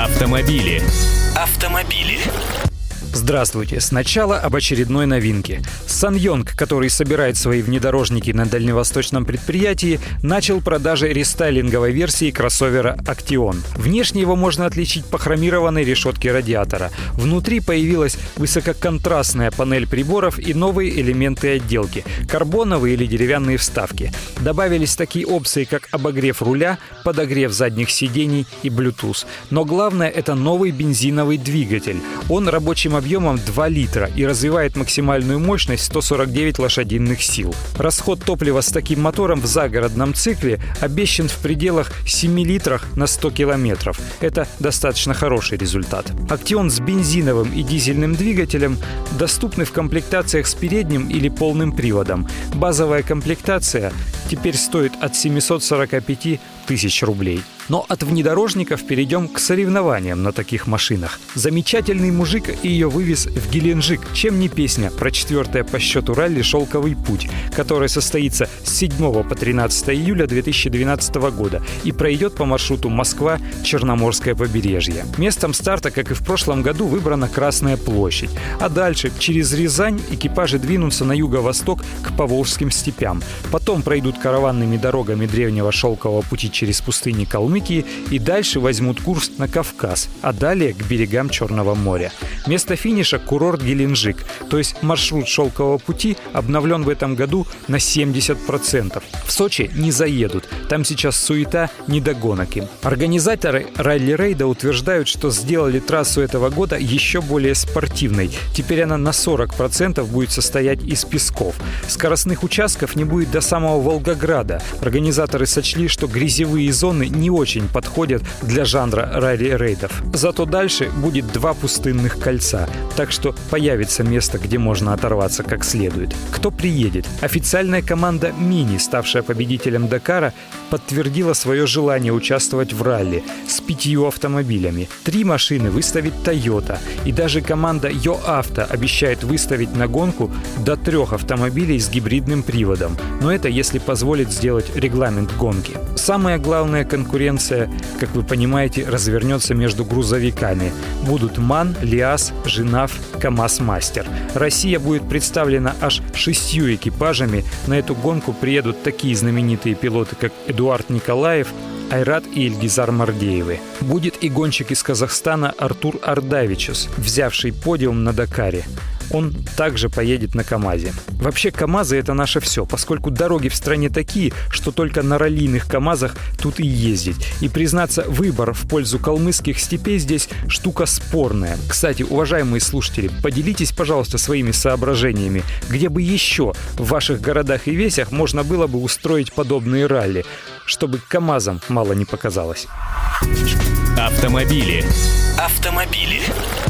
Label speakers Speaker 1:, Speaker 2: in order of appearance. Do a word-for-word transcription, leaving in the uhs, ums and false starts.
Speaker 1: Автомобили. Автомобили.
Speaker 2: Здравствуйте. Сначала об очередной новинке. SsangYong, который собирает свои внедорожники на дальневосточном предприятии, начал продажи рестайлинговой версии кроссовера Action. Внешне его можно отличить по хромированной решетке радиатора. Внутри появилась высококонтрастная панель приборов и новые элементы отделки – карбоновые или деревянные вставки. Добавились такие опции, как обогрев руля, подогрев задних сидений и Bluetooth. Но главное – это новый бензиновый двигатель. Он рабочим объемом объемом два литра и развивает максимальную мощность сто сорок девять лошадиных сил. Расход топлива с таким мотором в загородном цикле обещан в пределах семи литров на сто километров. Это достаточно хороший результат. Action с бензиновым и дизельным двигателем доступны в комплектациях с передним или полным приводом. Базовая комплектация теперь стоит от семисот сорока пяти тысяч рублей. Но от внедорожников перейдем к соревнованиям на таких машинах. Замечательный мужик и ее вывез в Геленджик. Чем не песня про четвертое по счету ралли «Шелковый путь», которое состоится с седьмого по тринадцатое июля две тысячи двенадцатого года и пройдет по маршруту Москва-Черноморское побережье. Местом старта, как и в прошлом году, выбрана Красная площадь. А дальше через Рязань экипажи двинутся на юго-восток к Поволжским степям. Потом пройдут караванными дорогами древнего Шелкового пути через пустыни Калмыкии и дальше возьмут курс на Кавказ, а далее к берегам Черного моря. Место финиша – курорт Геленджик, то есть маршрут Шелкового пути обновлен в этом году на семьдесят процентов. В Сочи не заедут, там сейчас суета, не до гонок им. Организаторы ралли-рейда утверждают, что сделали трассу этого года еще более спортивной. Теперь она на сорок процентов будет состоять из песков. Скоростных участков не будет до самого Волгограда. Организаторы сочли, что грязевые зоны не очень подходят для жанра ралли-рейдов. Зато дальше будет два пустынных кольца, так что появится место, где можно оторваться как следует. Кто приедет? Официальная команда «Мини», ставшая победителем Дакара, подтвердила свое желание участвовать в ралли с пятью автомобилями. Три машины выставит Toyota, и даже команда «Йоавто» обещает выставить на гонку до трех автомобилей с гибридным приводом. Но это если позволит сделать регламент гонки. Самая главная конкуренция, как вы понимаете, развернется между грузовиками. Будут МАН, ЛиАЗ, Женав, КамАЗ-Мастер. Россия будет представлена аж шестью экипажами. На эту гонку приедут такие знаменитые пилоты, как Эдуард Николаев, Айрат и Ильгизар Мардеевы. Будет и гонщик из Казахстана Артур Ардавичус, взявший подиум на Дакаре. Он также поедет на КамАЗе. Вообще КамАЗы — это наше все, поскольку дороги в стране такие, что только на раллийных КамАЗах тут и ездить. И, признаться, выбор в пользу калмыцких степей здесь штука спорная. Кстати, уважаемые слушатели, поделитесь, пожалуйста, своими соображениями, где бы еще в ваших городах и весях можно было бы устроить подобные ралли, чтобы КамАЗам мало не показалось.
Speaker 1: Автомобили. Автомобили.